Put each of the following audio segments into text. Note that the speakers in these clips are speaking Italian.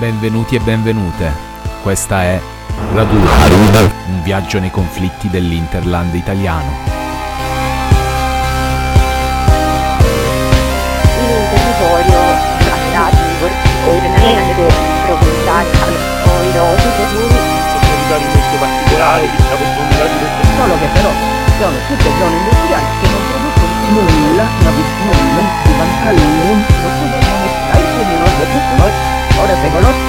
Benvenuti e benvenute. Questa è Radura, un viaggio nei conflitti dell'Interland italiano. In un territorio trattato ordinariamente proprietario poi dopo secondari molto particolari, solo che però sono tutte zone industriali che non producono nulla di vantaggio, ora secolo.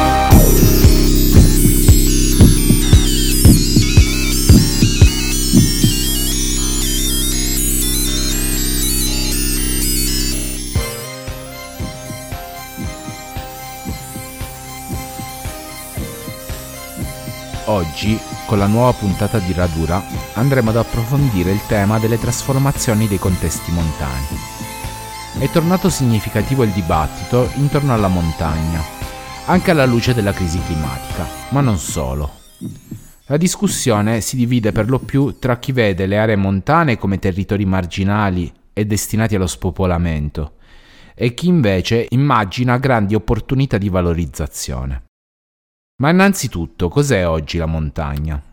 Oggi, con la nuova puntata di Radura, andremo ad approfondire il tema delle trasformazioni dei contesti montani. È tornato significativo il dibattito intorno alla montagna, anche alla luce della crisi climatica, ma non solo. La discussione si divide per lo più tra chi vede le aree montane come territori marginali e destinati allo spopolamento, e chi invece immagina grandi opportunità di valorizzazione. Ma innanzitutto, cos'è oggi la montagna?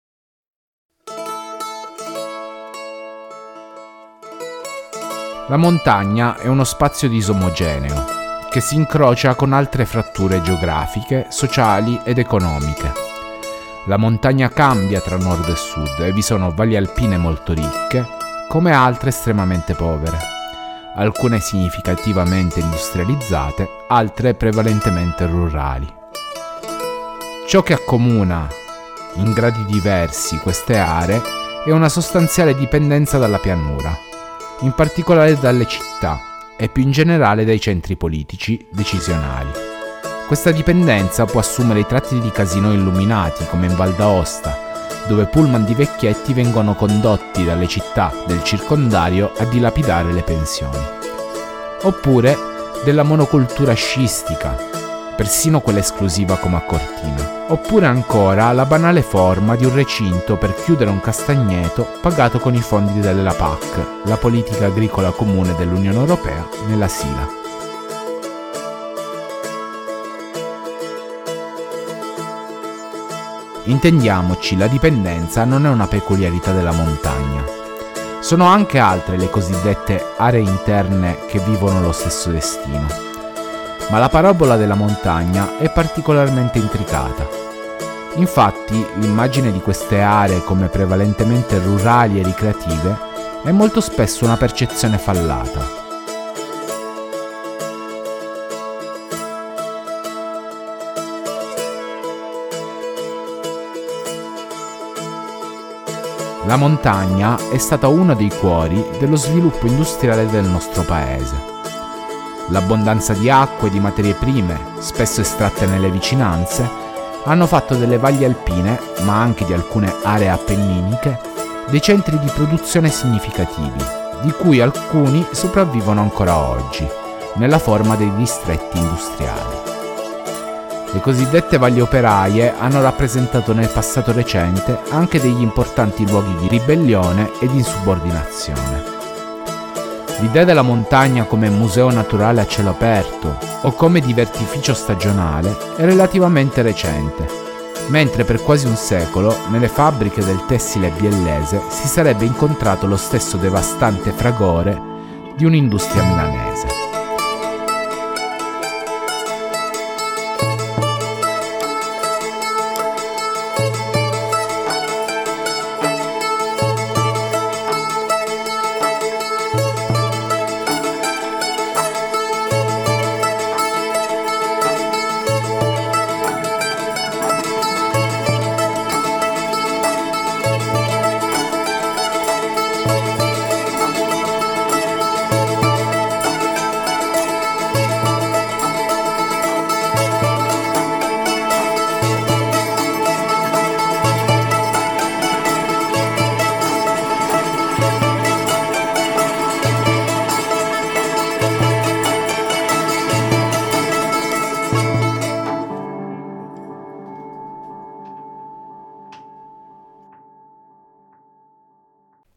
La montagna è uno spazio disomogeneo, che si incrocia con altre fratture geografiche, sociali ed economiche. La montagna cambia tra nord e sud e vi sono valli alpine molto ricche, come altre estremamente povere, alcune significativamente industrializzate, altre prevalentemente rurali. Ciò che accomuna, in gradi diversi, queste aree è una sostanziale dipendenza dalla pianura, in particolare dalle città e più in generale dai centri politici decisionali. Questa dipendenza può assumere i tratti di casinò illuminati, come in Val d'Aosta, dove pullman di vecchietti vengono condotti dalle città del circondario a dilapidare le pensioni. Oppure della monocultura sciistica, persino quella esclusiva come a Cortina. Oppure ancora la banale forma di un recinto per chiudere un castagneto pagato con i fondi della PAC, la politica agricola comune dell'Unione Europea, nella Sila. Intendiamoci, la dipendenza non è una peculiarità della montagna. Sono anche altre le cosiddette aree interne che vivono lo stesso destino. Ma la parabola della montagna è particolarmente intricata. Infatti, l'immagine di queste aree come prevalentemente rurali e ricreative è molto spesso una percezione fallata. La montagna è stata uno dei cuori dello sviluppo industriale del nostro paese. L'abbondanza di acqua e di materie prime, spesso estratte nelle vicinanze, hanno fatto delle valli alpine, ma anche di alcune aree appenniniche, dei centri di produzione significativi, di cui alcuni sopravvivono ancora oggi, nella forma dei distretti industriali. Le cosiddette valli operaie hanno rappresentato nel passato recente anche degli importanti luoghi di ribellione e di insubordinazione. L'idea della montagna come museo naturale a cielo aperto o come divertificio stagionale è relativamente recente, mentre per quasi un secolo nelle fabbriche del tessile biellese si sarebbe incontrato lo stesso devastante fragore di un'industria milanese.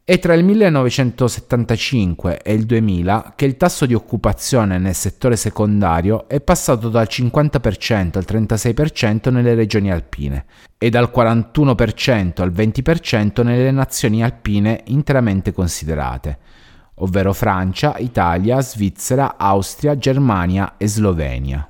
È tra il 1975 e il 2000 che il tasso di occupazione nel settore secondario è passato dal 50% al 36% nelle regioni alpine e dal 41% al 20% nelle nazioni alpine interamente considerate, ovvero Francia, Italia, Svizzera, Austria, Germania e Slovenia.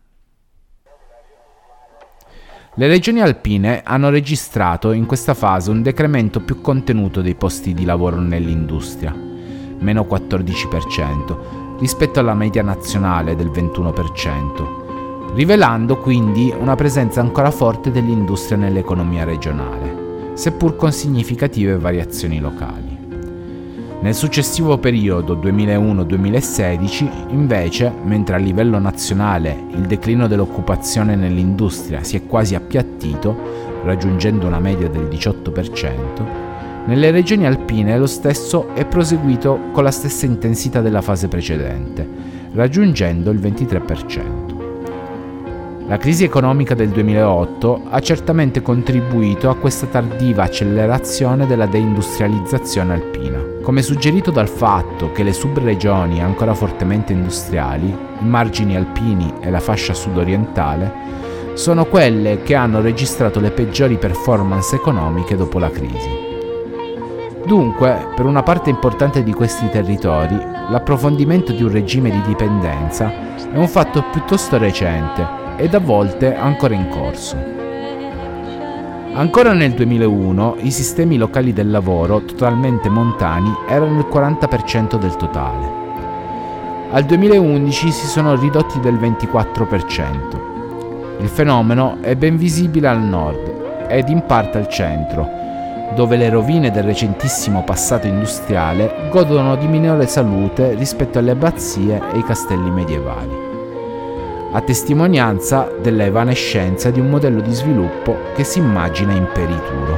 Le regioni alpine hanno registrato in questa fase un decremento più contenuto dei posti di lavoro nell'industria, meno 14%, rispetto alla media nazionale del 21%, rivelando quindi una presenza ancora forte dell'industria nell'economia regionale, seppur con significative variazioni locali. Nel successivo periodo 2001-2016, invece, mentre a livello nazionale il declino dell'occupazione nell'industria si è quasi appiattito, raggiungendo una media del 18%, nelle regioni alpine lo stesso è proseguito con la stessa intensità della fase precedente, raggiungendo il 23%. La crisi economica del 2008 ha certamente contribuito a questa tardiva accelerazione della deindustrializzazione alpina, come suggerito dal fatto che le subregioni ancora fortemente industriali, i margini alpini e la fascia sudorientale, sono quelle che hanno registrato le peggiori performance economiche dopo la crisi. Dunque, per una parte importante di questi territori, l'approfondimento di un regime di dipendenza è un fatto piuttosto recente ed a volte ancora in corso. Ancora nel 2001 i sistemi locali del lavoro totalmente montani erano il 40% del totale. Al 2011 si sono ridotti del 24%. Il fenomeno è ben visibile al nord ed in parte al centro, dove le rovine del recentissimo passato industriale godono di minore salute rispetto alle abbazie e ai castelli medievali, a testimonianza della evanescenza di un modello di sviluppo che si immagina imperituro.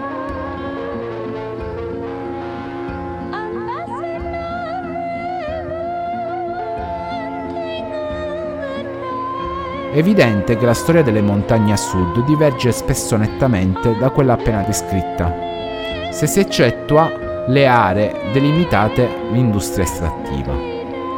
È evidente che la storia delle montagne a sud diverge spesso nettamente da quella appena descritta, se si eccettua le aree delimitate all'industria estrattiva.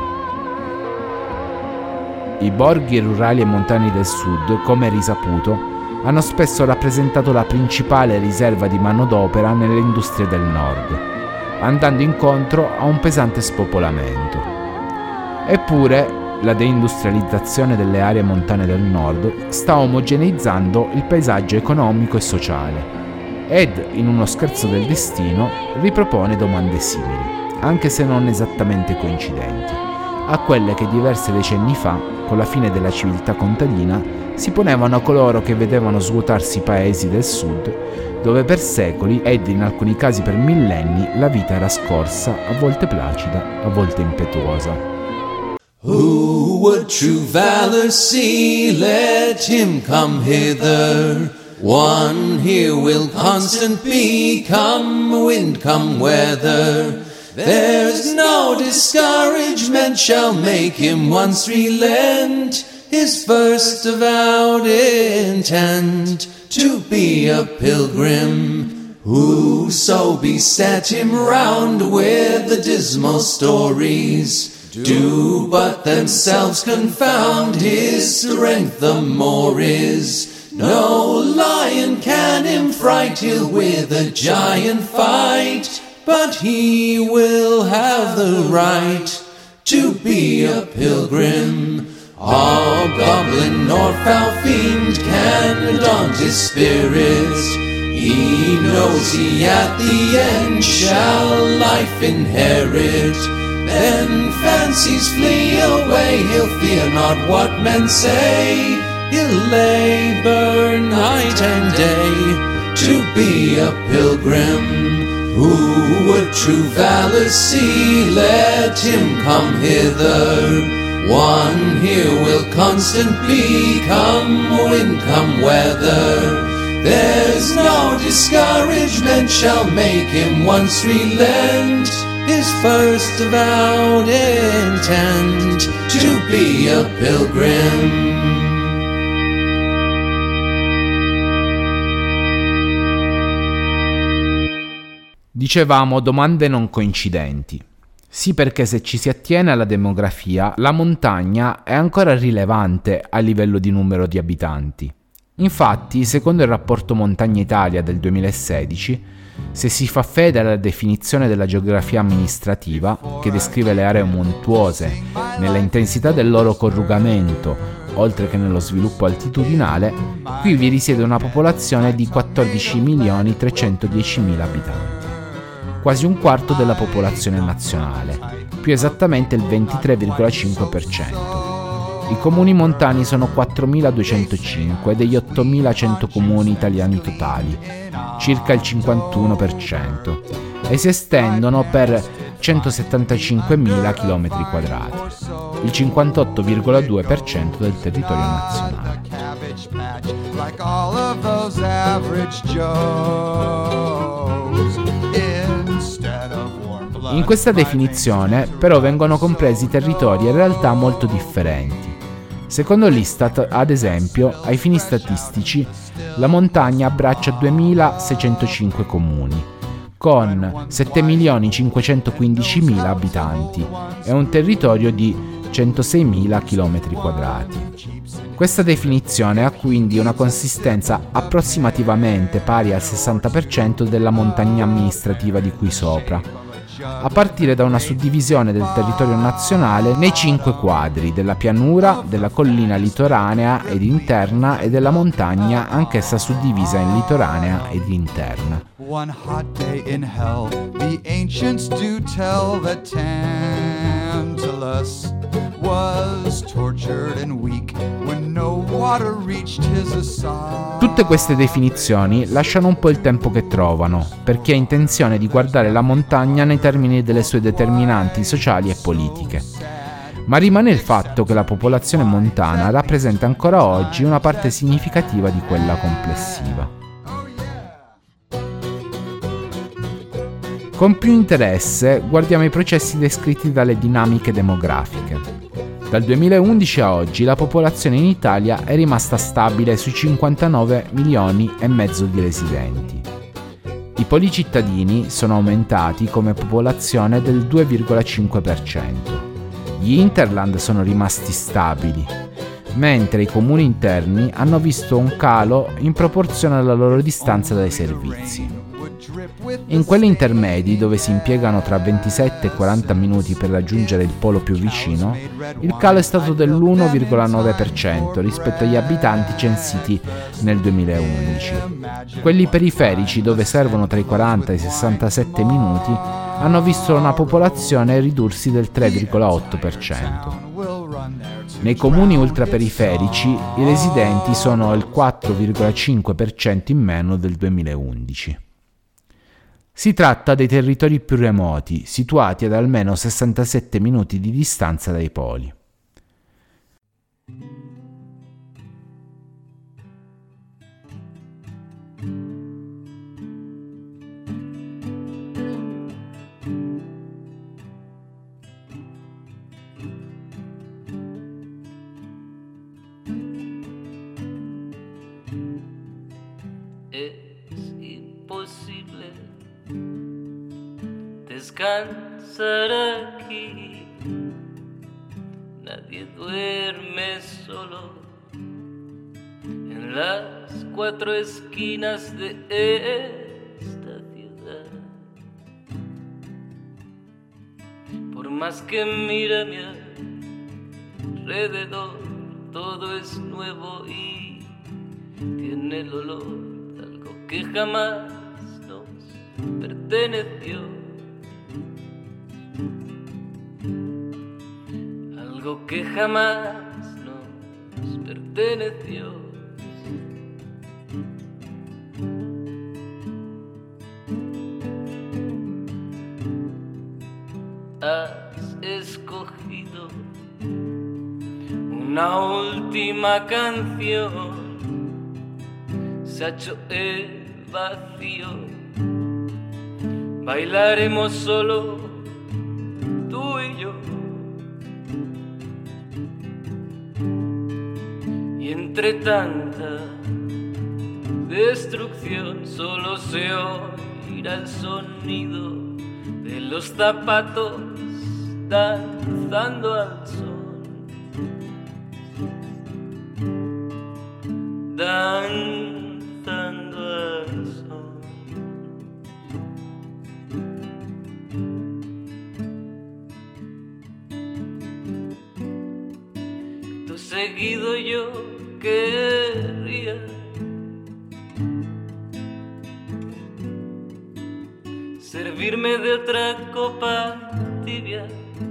I borghi rurali e montani del sud, come risaputo, hanno spesso rappresentato la principale riserva di manodopera nelle industrie del nord, andando incontro a un pesante spopolamento. Eppure, la deindustrializzazione delle aree montane del nord sta omogeneizzando il paesaggio economico e sociale ed, in uno scherzo del destino, ripropone domande simili, anche se non esattamente coincidenti, a quelle che diversi decenni fa, con la fine della civiltà contadina, si ponevano a coloro che vedevano svuotarsi i paesi del sud, dove per secoli ed in alcuni casi per millenni la vita era scorsa, a volte placida, a volte impetuosa. Who would true valor see? Let him come hither. One here will constant be, come wind, come weather. There's no discouragement shall make him once relent his first avowed intent to be a pilgrim. Whoso beset him round with the dismal stories do but themselves confound, his strength the more is. No lion can him fright, he'll with a giant fight, but he will have the right to be a pilgrim. All goblin nor foul fiend can daunt his spirit. He knows he at the end shall life inherit. Then fancies flee away, he'll fear not what men say. He'll labor night and day to be a pilgrim. Who would true valor see? Let him come hither. One here will constant be, come wind, come weather. There's no discouragement shall make him once relent his first avowed intent to be a pilgrim. Dicevamo domande non coincidenti. Sì, perché se ci si attiene alla demografia, la montagna è ancora rilevante a livello di numero di abitanti. Infatti, secondo il rapporto Montagna Italia del 2016, se si fa fede alla definizione della geografia amministrativa, che descrive le aree montuose nella intensità del loro corrugamento, oltre che nello sviluppo altitudinale, qui vi risiede una popolazione di 14.310.000 abitanti. Quasi un quarto della popolazione nazionale, più esattamente il 23,5%. I comuni montani sono 4.205 degli 8.100 comuni italiani totali, circa il 51%, e si estendono per 175.000 km², il 58,2% del territorio nazionale. In questa definizione però vengono compresi territori e realtà molto differenti. Secondo l'Istat, ad esempio, ai fini statistici, la montagna abbraccia 2.605 comuni, con 7.515.000 abitanti e un territorio di 106.000 km². Questa definizione ha quindi una consistenza approssimativamente pari al 60% della montagna amministrativa di qui sopra, a partire da una suddivisione del territorio nazionale nei 5 quadri della pianura, della collina litoranea ed interna e della montagna, anch'essa suddivisa in litoranea ed interna. One hot day in hell, the ancients do tell that Tantalus was tortured and weak when no water reached his side. Tutte queste definizioni lasciano un po' il tempo che trovano, per chi ha intenzione di guardare la montagna nei termini delle sue determinanti sociali e politiche. Ma rimane il fatto che la popolazione montana rappresenta ancora oggi una parte significativa di quella complessiva. Con più interesse guardiamo i processi descritti dalle dinamiche demografiche. Dal 2011 a oggi la popolazione in Italia è rimasta stabile sui 59 milioni e mezzo di residenti. I policittadini sono aumentati come popolazione del 2,5%. Gli hinterland sono rimasti stabili, mentre i comuni interni hanno visto un calo in proporzione alla loro distanza dai servizi. In quelli intermedi, dove si impiegano tra 27 e 40 minuti per raggiungere il polo più vicino, il calo è stato dell'1,9% rispetto agli abitanti censiti nel 2011. Quelli periferici, dove servono tra i 40 e i 67 minuti, hanno visto una popolazione ridursi del 3,8%. Nei comuni ultraperiferici i residenti sono il 4,5% in meno del 2011. Si tratta dei territori più remoti, situati ad almeno 67 minuti di distanza dai poli. Descansar aquí, nadie duerme solo en las 4 esquinas de esta ciudad. Por más que mire a mi alrededor, todo es nuevo y tiene el olor de algo que jamás nos perteneció. Algo que jamás nos perteneció. Has escogido una última canción, se ha hecho el vacío, bailaremos solo tú y yo. Y entre tanta destrucción solo se oye oirá el sonido de los zapatos danzando al son, danzando al son. Tu seguido yo querría servirme de otra copa tibia,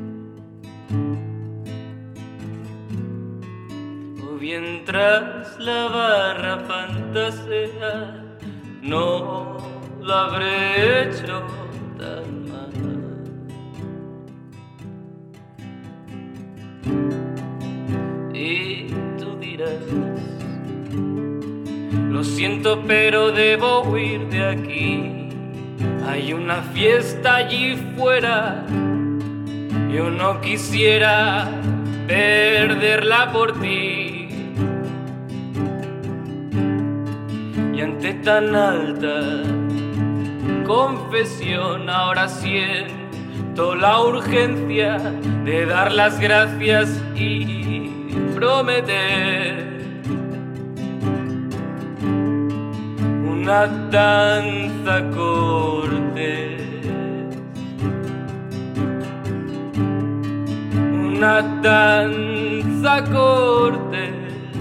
o bien tras la barra fantasea, no lo habré hecho tan mal. Y tú dirás, lo siento pero debo huir de aquí. Hay una fiesta allí fuera, yo no quisiera perderla por ti. Y ante tan alta confesión ahora siento la urgencia de dar las gracias y prometer una danza cortés, una danza cortés,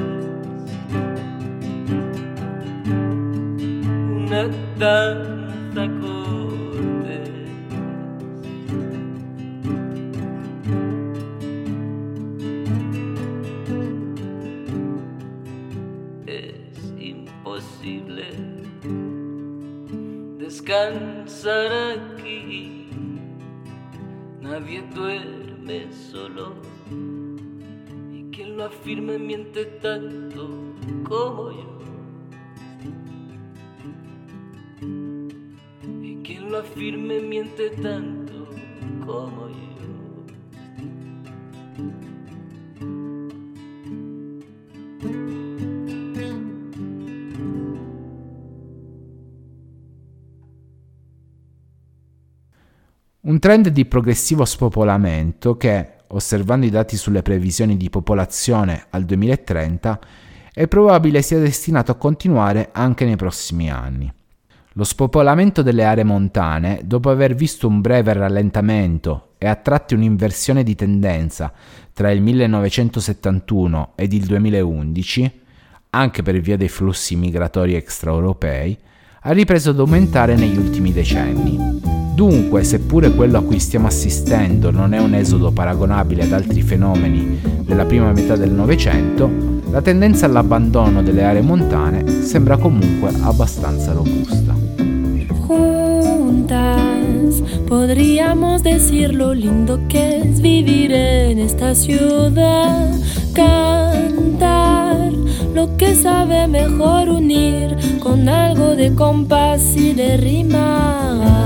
una danza cortés. Es imposible descansar aquí, nadie duerme solo, y quien lo afirme miente tanto como yo, y quien lo afirme miente tanto como yo. Un trend di progressivo spopolamento che, osservando i dati sulle previsioni di popolazione al 2030, è probabile sia destinato a continuare anche nei prossimi anni. Lo spopolamento delle aree montane, dopo aver visto un breve rallentamento e a tratti un'inversione di tendenza tra il 1971 ed il 2011, anche per via dei flussi migratori extraeuropei, ha ripreso ad aumentare negli ultimi decenni. Dunque, seppure quello a cui stiamo assistendo non è un esodo paragonabile ad altri fenomeni della prima metà del Novecento, la tendenza all'abbandono delle aree montane sembra comunque abbastanza robusta. Juntas podríamos decir lo lindo que es vivir en esta ciudad, cantar lo que sabe mejor unir con algo de compás y de rima.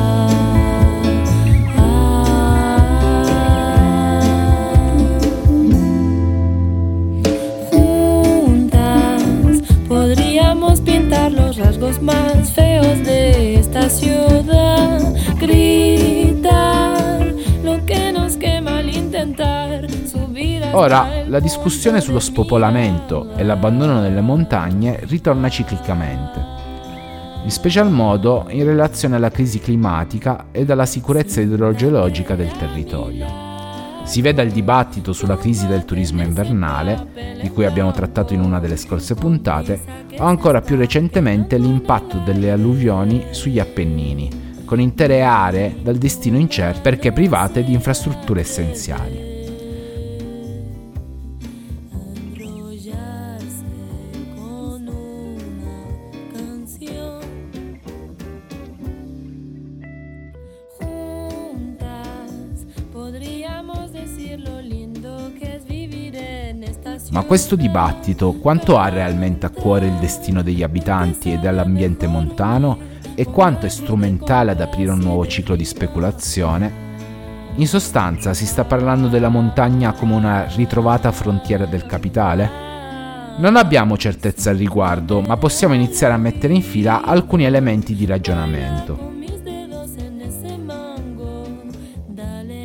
Podríamos pintar los rasgos más feos de esta ciudad, gritar lo che nos quema al intentar subir. Ora, la discussione sullo spopolamento e l'abbandono delle montagne ritorna ciclicamente, in special modo in relazione alla crisi climatica ed alla sicurezza idrogeologica del territorio. Si veda il dibattito sulla crisi del turismo invernale, di cui abbiamo trattato in una delle scorse puntate, o ancora più recentemente l'impatto delle alluvioni sugli Appennini, con intere aree dal destino incerto perché private di infrastrutture essenziali. Ma questo dibattito quanto ha realmente a cuore il destino degli abitanti e dell'ambiente montano e quanto è strumentale ad aprire un nuovo ciclo di speculazione? In sostanza si sta parlando della montagna come una ritrovata frontiera del capitale? Non abbiamo certezza al riguardo, ma possiamo iniziare a mettere in fila alcuni elementi di ragionamento.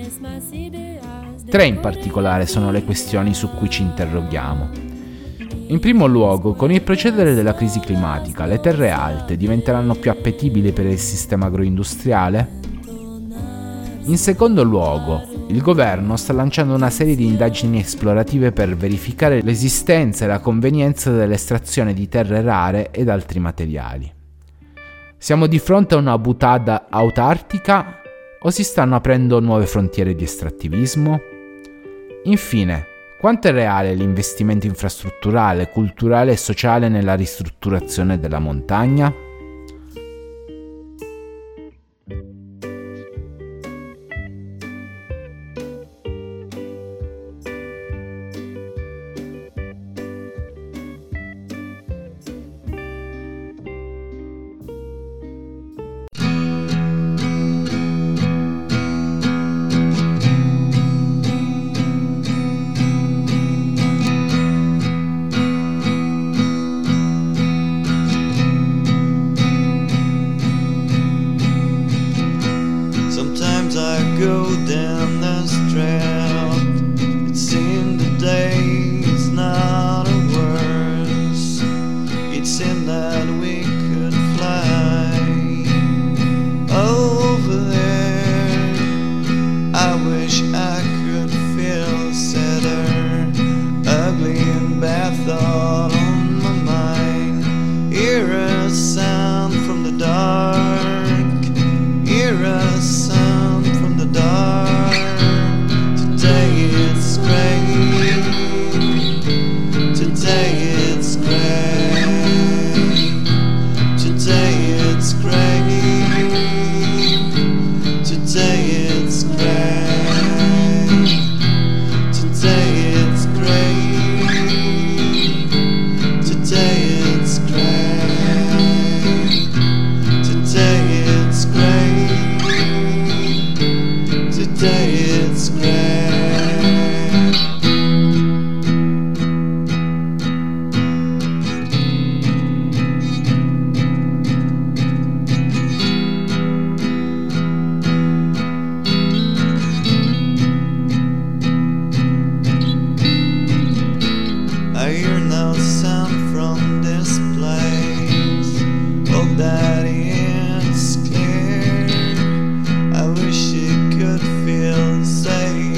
3 in particolare sono le questioni su cui ci interroghiamo. In primo luogo, con il procedere della crisi climatica, le terre alte diventeranno più appetibili per il sistema agroindustriale? In secondo luogo, il governo sta lanciando una serie di indagini esplorative per verificare l'esistenza e la convenienza dell'estrazione di terre rare ed altri materiali. Siamo di fronte a una boutade autartica o si stanno aprendo nuove frontiere di estrattivismo? Infine, quanto è reale l'investimento infrastrutturale, culturale e sociale nella ristrutturazione della montagna? Go down this trail, it seemed the days not a worse. It seemed that we could fly over there. I wish I could feel sadder, ugly and bad thought on my mind. Hear a sound from the dark, hear a sound from the dark. Today it's gray, today it's gray, today it's gray, today it's gray, today it's gray, today it's gray, today it's gray, today it's gray. I hear no sound from this place. Oh, Daddy, it's clear. I wish you could feel safe.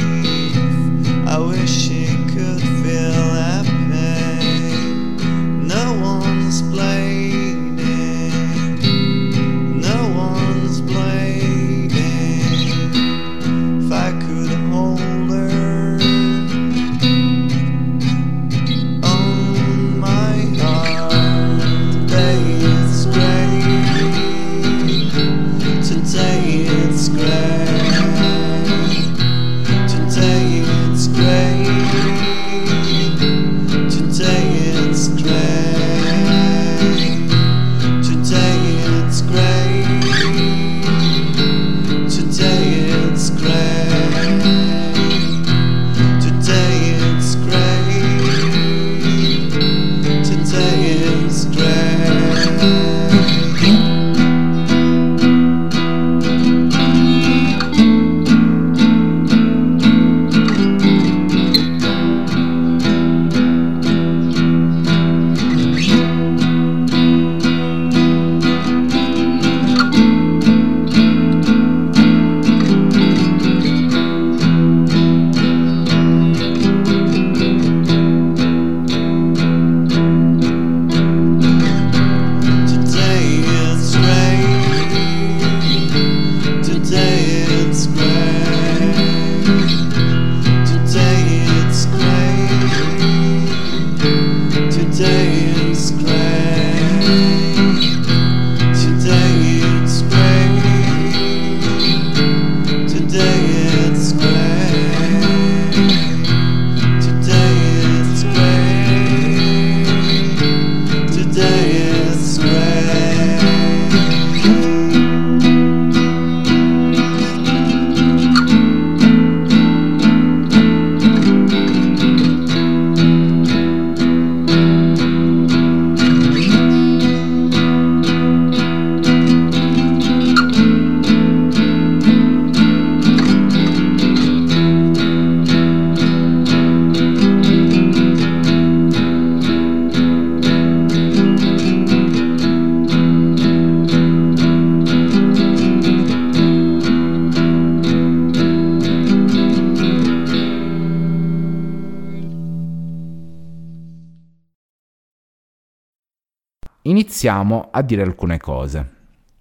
iniziamo a dire alcune cose.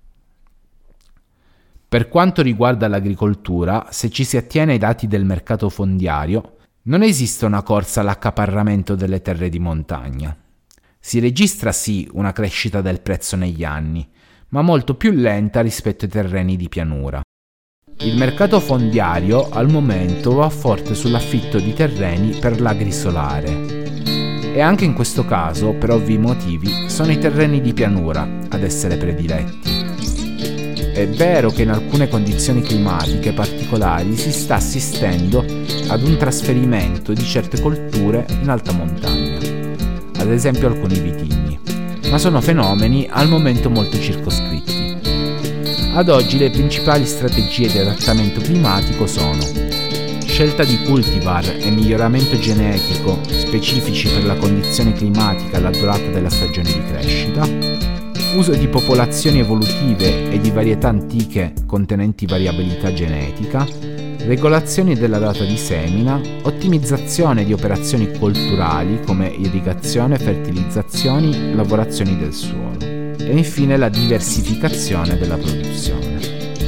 Per quanto riguarda l'agricoltura, se ci si attiene ai dati del mercato fondiario, non esiste una corsa all'accaparramento delle terre di montagna. Si registra sì una crescita del prezzo negli anni, ma molto più lenta rispetto ai terreni di pianura. Il mercato fondiario al momento va forte sull'affitto di terreni per l'agrisolare. E anche in questo caso, per ovvi motivi, sono i terreni di pianura ad essere prediletti. È vero che in alcune condizioni climatiche particolari si sta assistendo ad un trasferimento di certe colture in alta montagna, ad esempio alcuni vitigni, ma sono fenomeni al momento molto circoscritti. Ad oggi le principali strategie di adattamento climatico sono scelta di cultivar e miglioramento genetico specifici per la condizione climatica e la durata della stagione di crescita, uso di popolazioni evolutive e di varietà antiche contenenti variabilità genetica, regolazioni della data di semina, ottimizzazione di operazioni colturali come irrigazione, fertilizzazioni, lavorazioni del suolo e infine la diversificazione della produzione.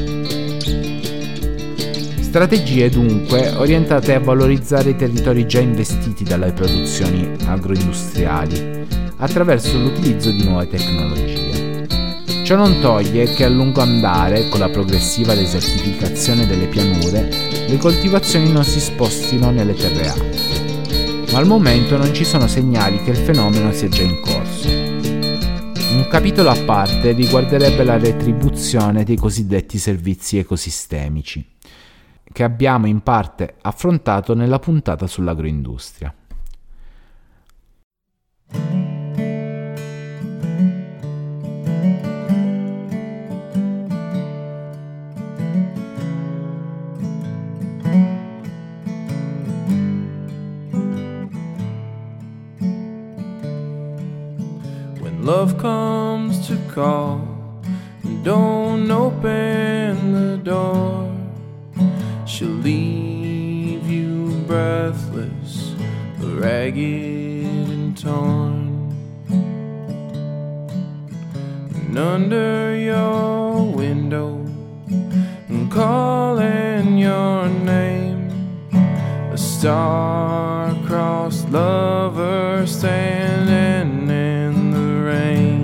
Strategie dunque orientate a valorizzare i territori già investiti dalle produzioni agroindustriali attraverso l'utilizzo di nuove tecnologie. Ciò non toglie che a lungo andare, con la progressiva desertificazione delle pianure, le coltivazioni non si spostino nelle terre alte. Ma al momento non ci sono segnali che il fenomeno sia già in corso. Un capitolo a parte riguarderebbe la retribuzione dei cosiddetti servizi ecosistemici, che abbiamo in parte affrontato nella puntata sull'agroindustria. Love comes to call, don't open the door. She'll leave you breathless, ragged and torn. And under your window, and calling your name, a star-crossed lover standing in the rain.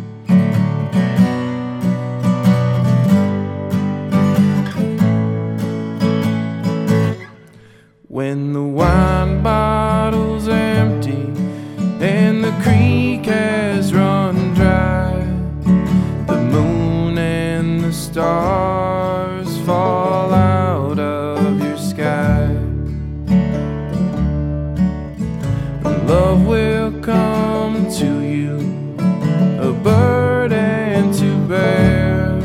When the wine bottle's empty and the creek has run dry, the moon and the stars fall out of your sky. Love will come to you, a burden to bear,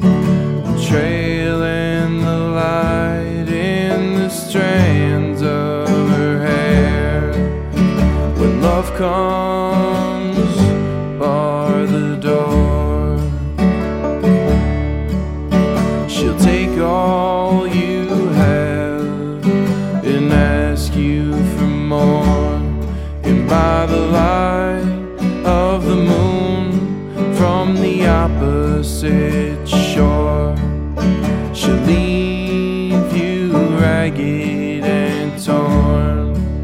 trailing the light in the strands of her hair. When love comes, bar the door. She'll take all you have and ask you for more. And by the light of the moon from the opposite shore, she'll leave you ragged and torn.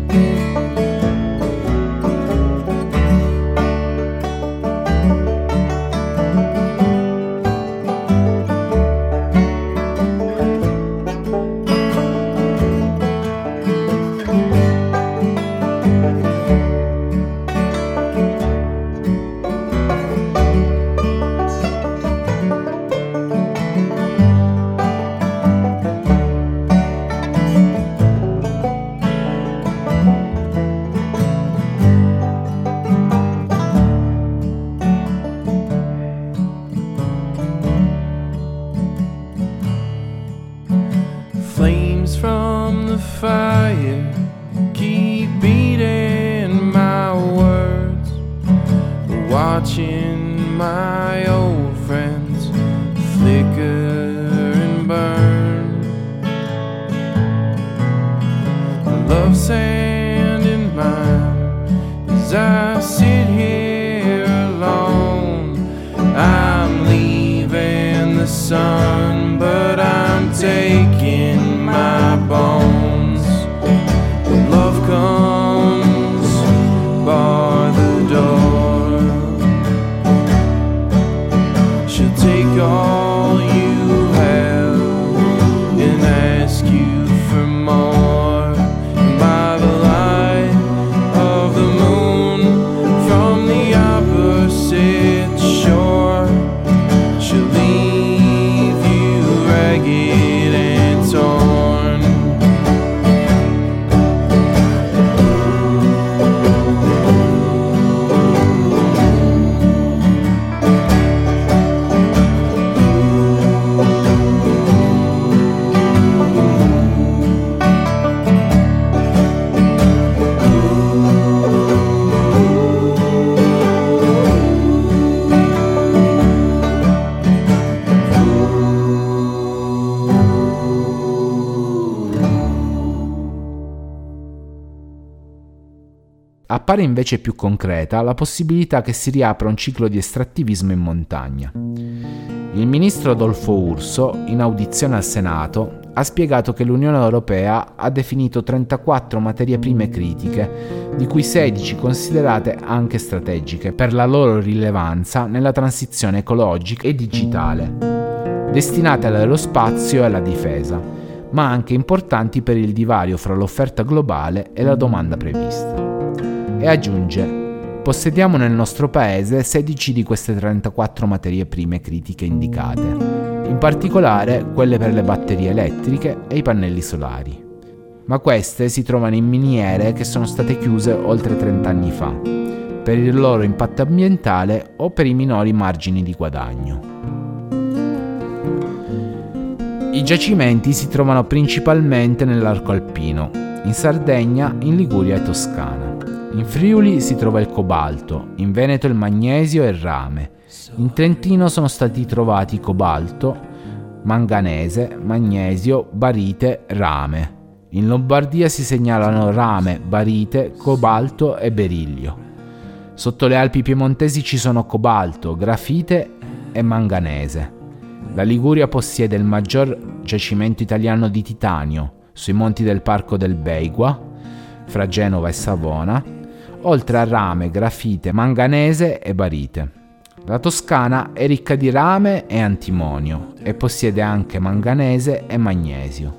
Flames from the fire keep beating my words, watching my old friends flicker and burn. Love's hand in mine as I sit here alone Appare invece più concreta la possibilità che si riapra un ciclo di estrattivismo in montagna. Il ministro Adolfo Urso, in audizione al Senato, ha spiegato che l'Unione Europea ha definito 34 materie prime critiche, di cui 16 considerate anche strategiche per la loro rilevanza nella transizione ecologica e digitale, destinate all'aerospazio e alla difesa, ma anche importanti per il divario fra l'offerta globale e la domanda prevista. E aggiunge: possediamo nel nostro paese 16 di queste 34 materie prime critiche indicate, in particolare quelle per le batterie elettriche e i pannelli solari. Ma queste si trovano in miniere che sono state chiuse oltre 30 anni fa, per il loro impatto ambientale o per i minori margini di guadagno. I giacimenti si trovano principalmente nell'arco alpino, in Sardegna, in Liguria e Toscana. In Friuli si trova il cobalto, in Veneto il magnesio e il rame. In Trentino sono stati trovati cobalto, manganese, magnesio, barite, rame. In Lombardia si segnalano rame, barite, cobalto e berillio. Sotto le Alpi piemontesi ci sono cobalto, grafite e manganese. La Liguria possiede il maggior giacimento italiano di titanio, sui monti del Parco del Beigua, fra Genova e Savona, oltre a rame, grafite, manganese e barite. La Toscana è ricca di rame e antimonio e possiede anche manganese e magnesio.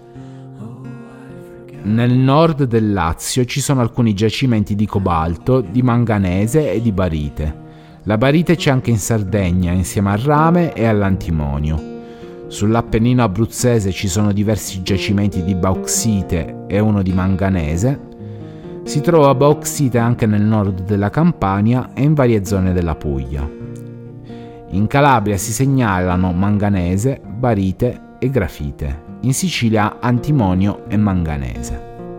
Nel nord del Lazio ci sono alcuni giacimenti di cobalto, di manganese e di barite. La barite c'è anche in Sardegna insieme al rame e all'antimonio. Sull'Appennino abruzzese ci sono diversi giacimenti di bauxite e uno di manganese. Si trova bauxite anche nel nord della Campania e in varie zone della Puglia. In Calabria si segnalano manganese, barite e grafite. In Sicilia antimonio e manganese.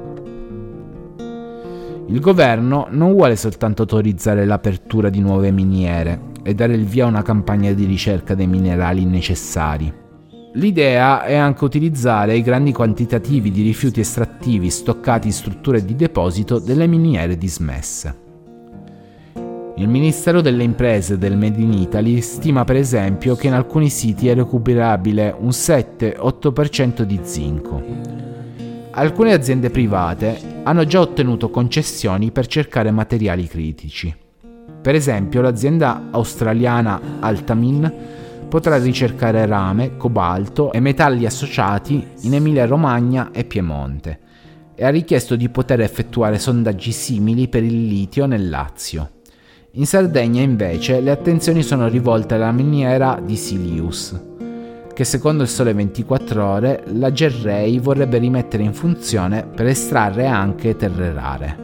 Il governo non vuole soltanto autorizzare l'apertura di nuove miniere e dare il via a una campagna di ricerca dei minerali necessari. L'idea è anche utilizzare i grandi quantitativi di rifiuti estrattivi stoccati in strutture di deposito delle miniere dismesse. Il Ministero delle Imprese del Made in Italy stima per esempio che in alcuni siti è recuperabile un 7-8% di zinco. Alcune aziende private hanno già ottenuto concessioni per cercare materiali critici. Per esempio l'azienda australiana Altamin potrà ricercare rame, cobalto e metalli associati in Emilia-Romagna e Piemonte e ha richiesto di poter effettuare sondaggi simili per il litio nel Lazio. In Sardegna invece le attenzioni sono rivolte alla miniera di Silius, che secondo il Sole 24 Ore la Gerrei vorrebbe rimettere in funzione per estrarre anche terre rare.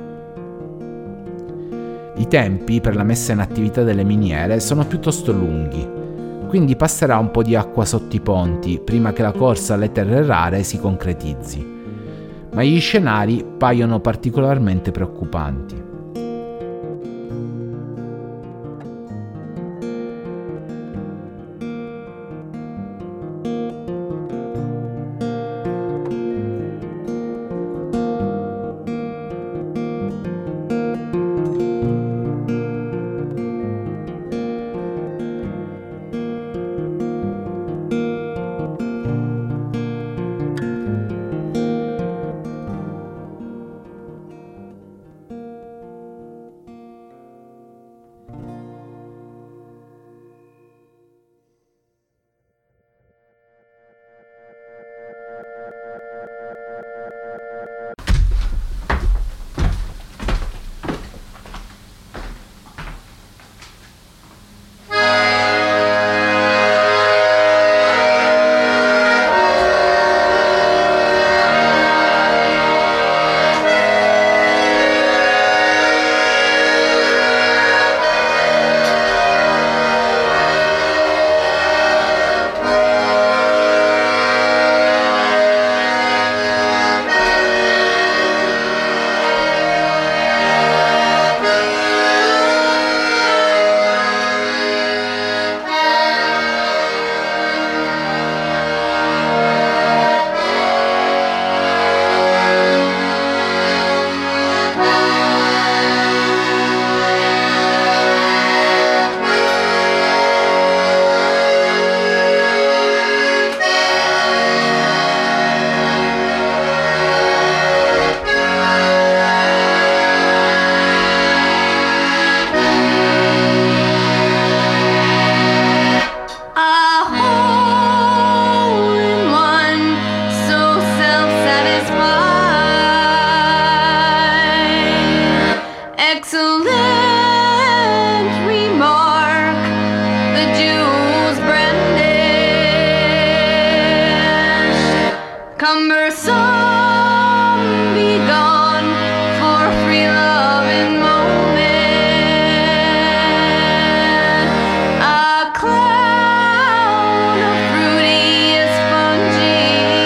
I tempi per la messa in attività delle miniere sono piuttosto lunghi, quindi passerà un po' di acqua sotto i ponti prima che la corsa alle terre rare si concretizzi, ma gli scenari paiono particolarmente preoccupanti. excellent remark, the jewels brandished, cumbersome be gone for free loving moment, a cloud of fruity spongy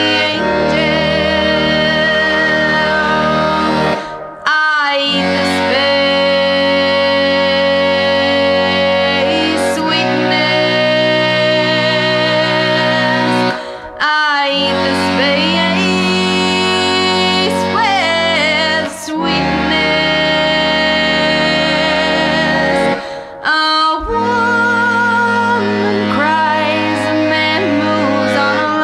angel. I eat the space sweetness. I eat the space with sweetness. A woman cries, a man moves on a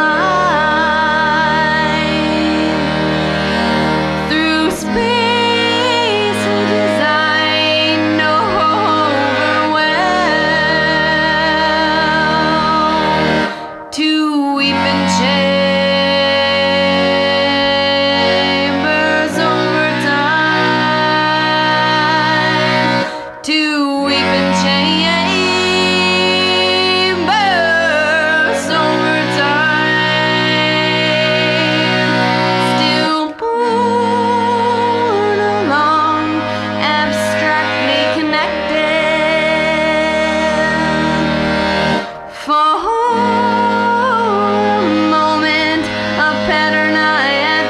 line. Through space we design no overwhelm. To weep in chambers over time. To weep in chambers over time. Still borne along, abstractly connected. For a moment, a pattern I had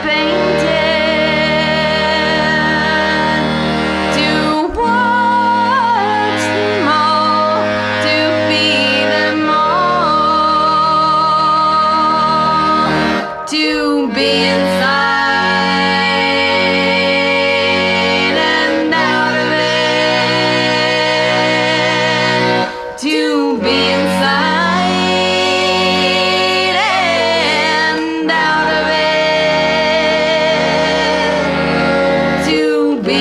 painted. To watch them all, to be them all, to be inside and out of it, to be inside and out of it, to be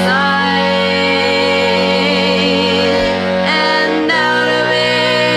inside and out of it.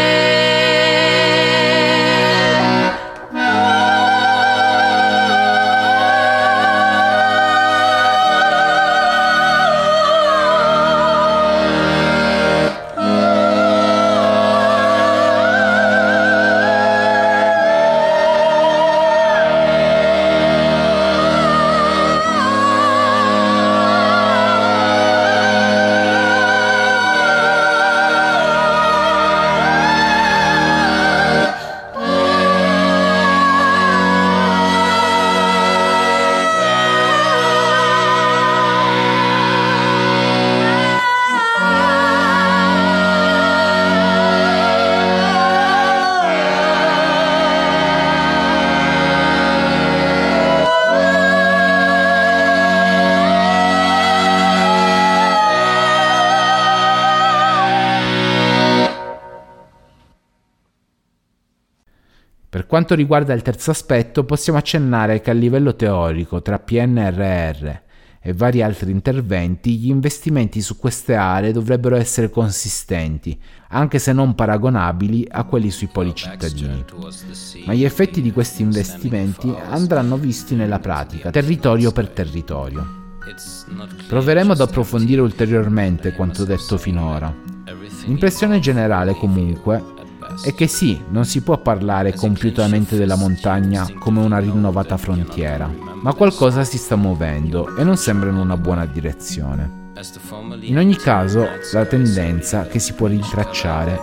Per quanto riguarda il terzo aspetto, possiamo accennare che a livello teorico, tra PNRR e vari altri interventi, gli investimenti su queste aree dovrebbero essere consistenti, anche se non paragonabili a quelli sui poli cittadini. Ma gli effetti di questi investimenti andranno visti nella pratica, territorio per territorio. Proveremo ad approfondire ulteriormente quanto detto finora. L'impressione generale, comunque, è che sì, non si può parlare compiutamente della montagna come una rinnovata frontiera, ma qualcosa si sta muovendo e non sembra in una buona direzione. In ogni caso, la tendenza che si può rintracciare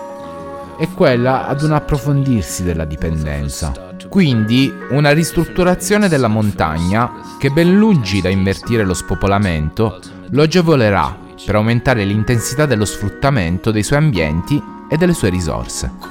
è quella ad un approfondirsi della dipendenza. Quindi una ristrutturazione della montagna che, ben lungi da invertire lo spopolamento, lo agevolerà per aumentare l'intensità dello sfruttamento dei suoi ambienti e delle sue risorse.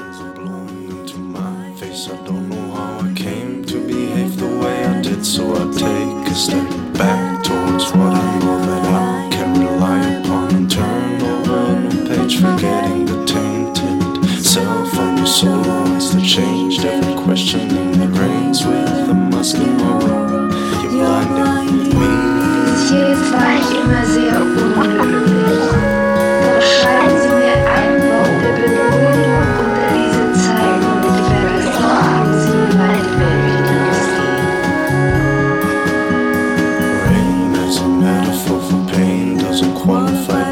So I take a step back towards what I know that I can rely upon and turn over a new page, forgetting the tainted self on your soul wants to change every questioning that reigns with the musk in my room. You're blinding me. Через war ich immer sehr unglücklich. Doch schreiben Sie mir ein Wort der Beruhigung unter diese Zeilen und ich werde es tragen, Sie in meine Welt hinausziehen. Rain as a metaphor for pain doesn't qualify.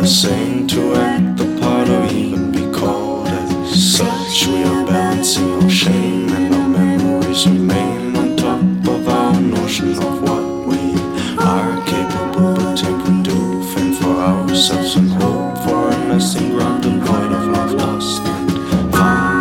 saying to act the part or even be called as such. We are balancing our shame and our memories remain on top of our notion of what we are capable, but take we do fend for ourselves and hope for a nesting ground devoid of love, lost and found.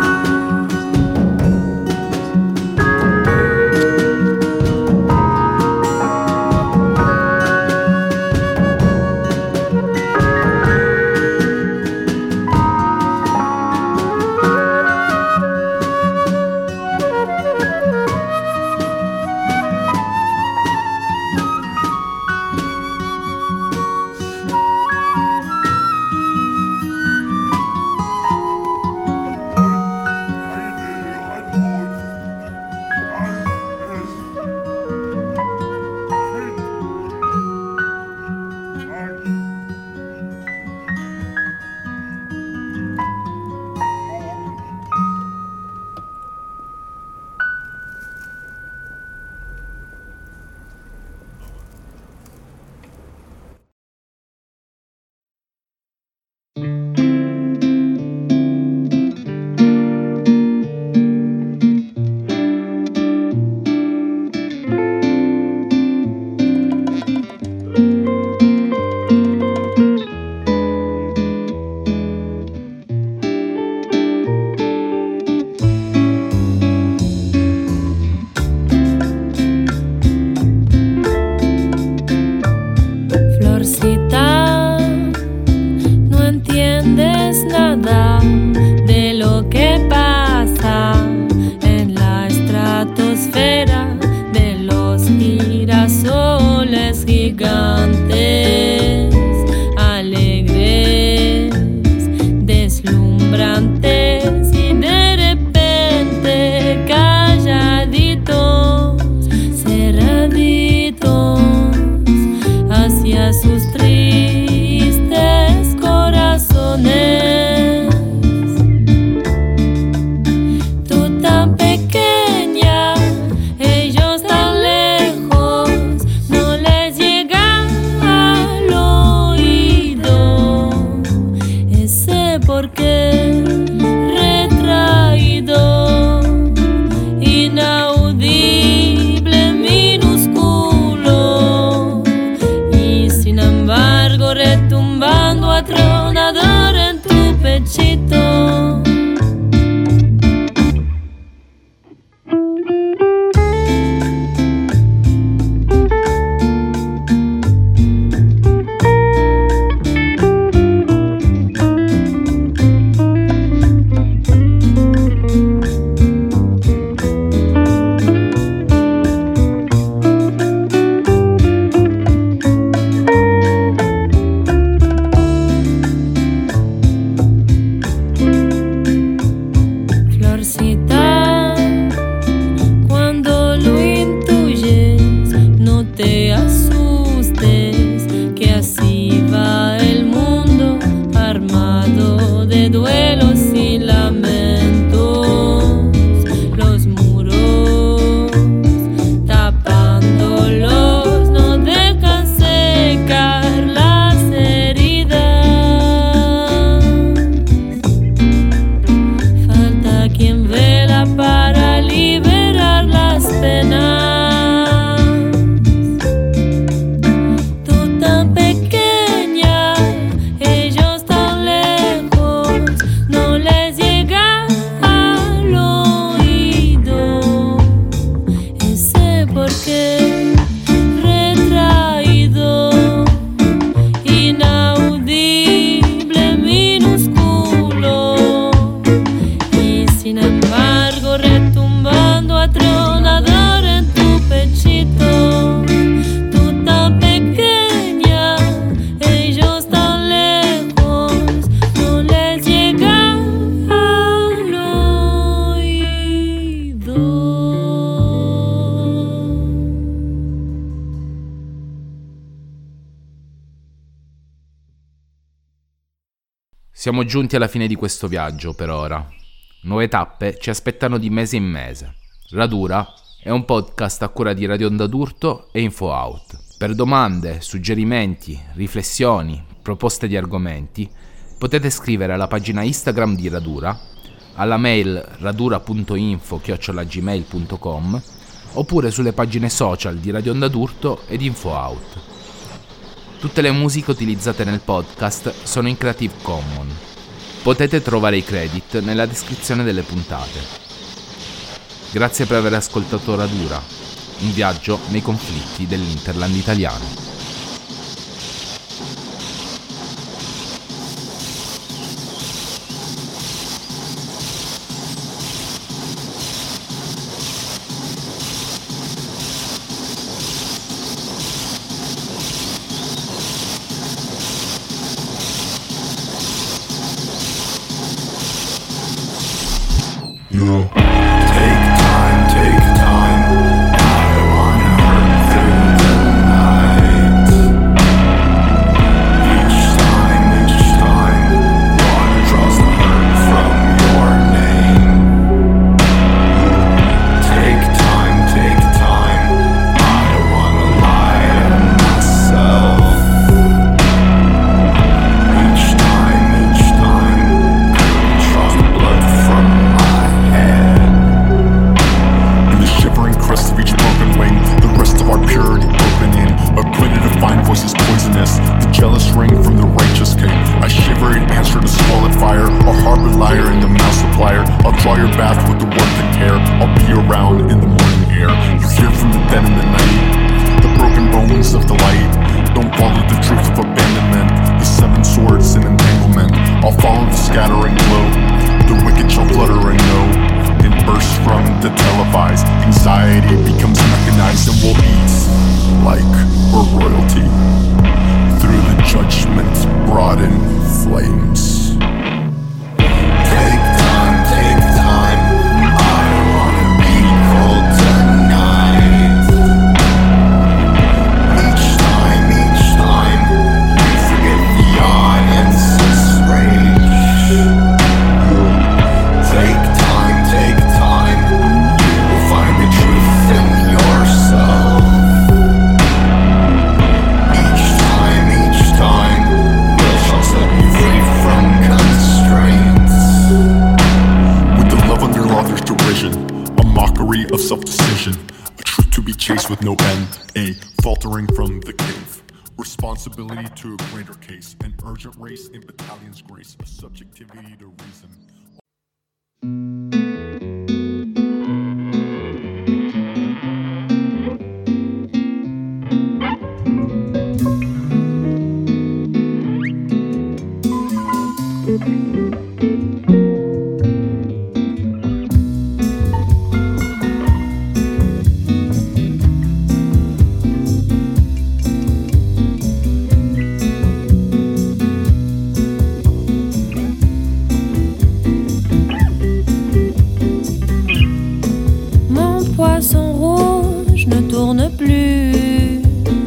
Siamo giunti alla fine di questo viaggio per ora. Nuove tappe ci aspettano di mese in mese. Radura è un podcast a cura di Radio Onda d'Urto e Info Out. Per domande, suggerimenti, riflessioni, proposte di argomenti, potete scrivere alla pagina Instagram di Radura, alla mail radura.info@gmail.com oppure sulle pagine social di Radio Onda d'Urto ed Info Out. Tutte le musiche utilizzate nel podcast sono in Creative Commons. Potete trovare i credit nella descrizione delle puntate. Grazie per aver ascoltato Radura, un viaggio nei conflitti dell'Interland italiano. Take time. I wanna hurt through the night. Each time, wanna draw the hurt from your name. Take time. I wanna lie to myself. Each time, draw the blood from my head. In the shivering crest of each broken wing, the rest of our purity broken in. A grid of divine voices poisonous, the jealous ring from the righteous king. I shiver in answer to squalid fire, a harbor liar in the mouth supplier. I'll draw your bath with the warmth and care. I'll be around in the morning air. You hear from the dead in the night, the broken bones of the light. Don't follow the truth of abandonment, the seven swords in entanglement. I'll follow the scattering glow, the wicked shall flutter and know. It bursts from the televised, anxiety becomes mechanized and will eat like we're royalty through the judgment brought in flames. Take time, I wanna be cold tonight. Each time, we forget the audience's rage. Take time, you will find the truth in yourself. Each time, will shall set you free from constraints. With the love under law there's derision, a mockery of self-decision, a truth to be chased with no end, a faltering from the cave. Responsibility to a greater case, an urgent race in battalion's grace, a subjectivity to reason. Mon poisson rouge ne tourne plus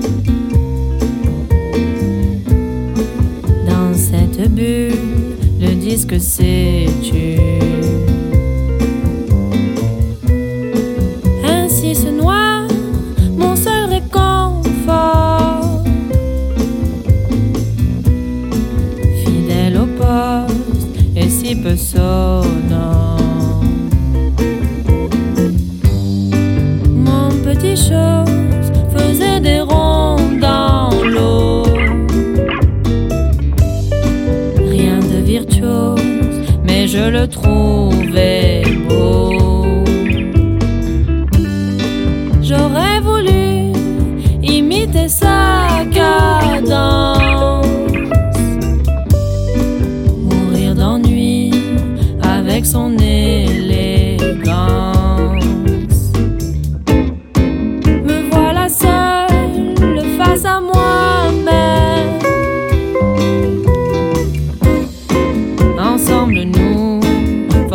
dans cette bulle, le disque s'est tu. Ainsi se noie mon seul réconfort, fidèle au poste et si peu sonore. Mon petit chose faisait des ronds dans l'eau. Rien de virtuose, mais je le trouvais beau. J'aurais voulu imiter sa cadence, mourir d'ennui avec son élégance. Me voilà seule face à moi-même. Ensemble nous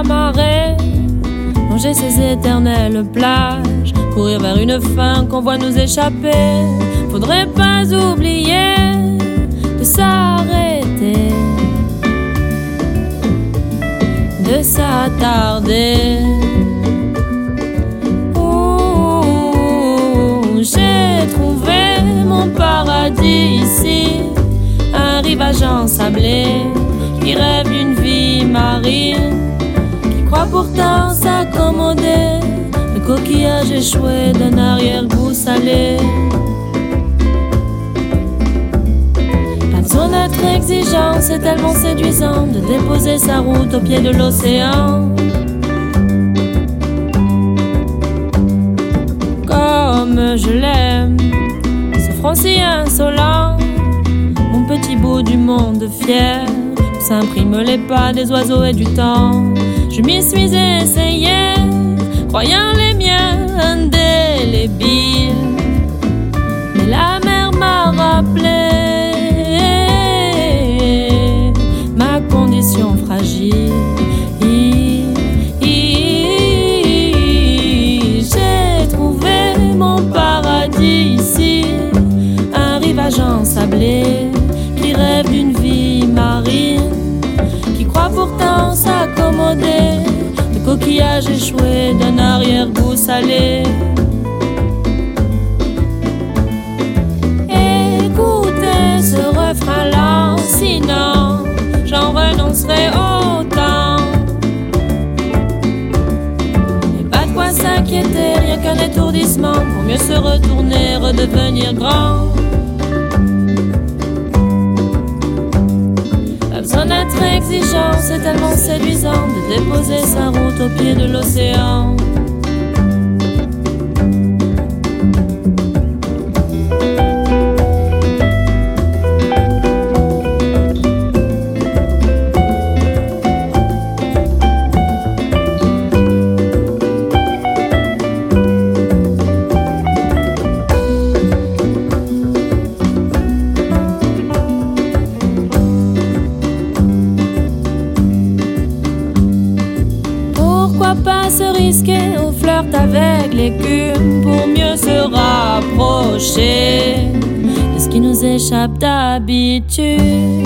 marais, longer ces éternelles plages, courir vers une fin qu'on voit nous échapper. Faudrait pas oublier de s'arrêter, de s'attarder. J'ai trouvé mon paradis ici, un rivage ensablé qui rêve d'une vie marine, qui croit pourtant s'accommoder le coquillage échoué d'un arrière-goût salé. Pas besoin d'être exigeant, c'est tellement séduisant de déposer sa route au pied de l'océan. Comme je l'aime, ce front si insolent, mon petit bout du monde fier, où s'impriment les pas des oiseaux et du temps. Je m'y suis essayé, croyant les miens indélébiles, mais la mer m'a rappelé ma condition fragile. Ici, un rivage ensablé qui rêve d'une vie marine, qui croit pourtant s'accommoder de coquillages échoués d'un arrière-goût salé. Écoutez ce refrain lent, sinon j'en renoncerai au temps. S'inquiéter, rien qu'un étourdissement pour mieux se retourner, redevenir grand. Pas besoin d'être exigeant, c'est tellement séduisant de déposer sa route au pied de l'océan. On flirte avec l'écume pour mieux se rapprocher de ce qui nous échappe d'habitude.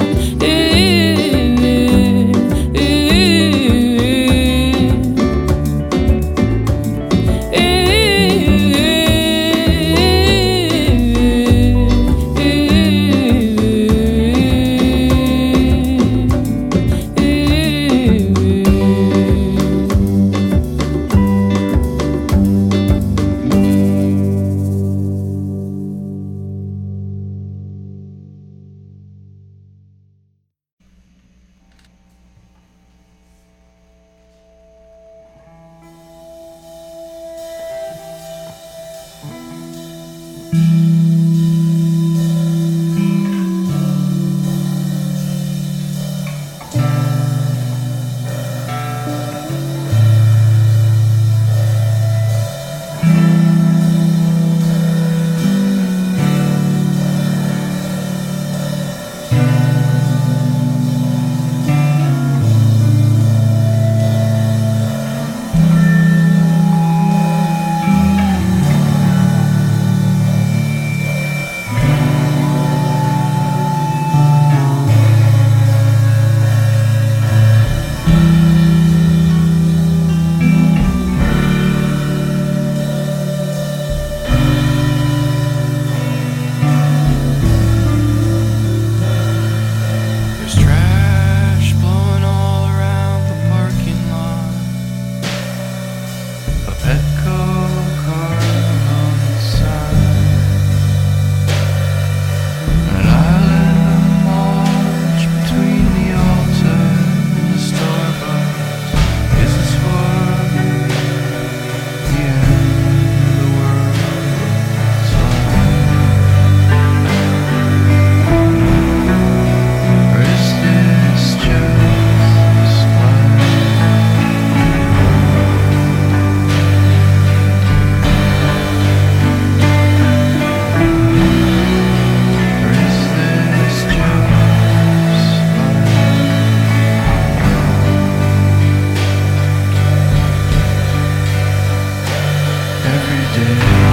day.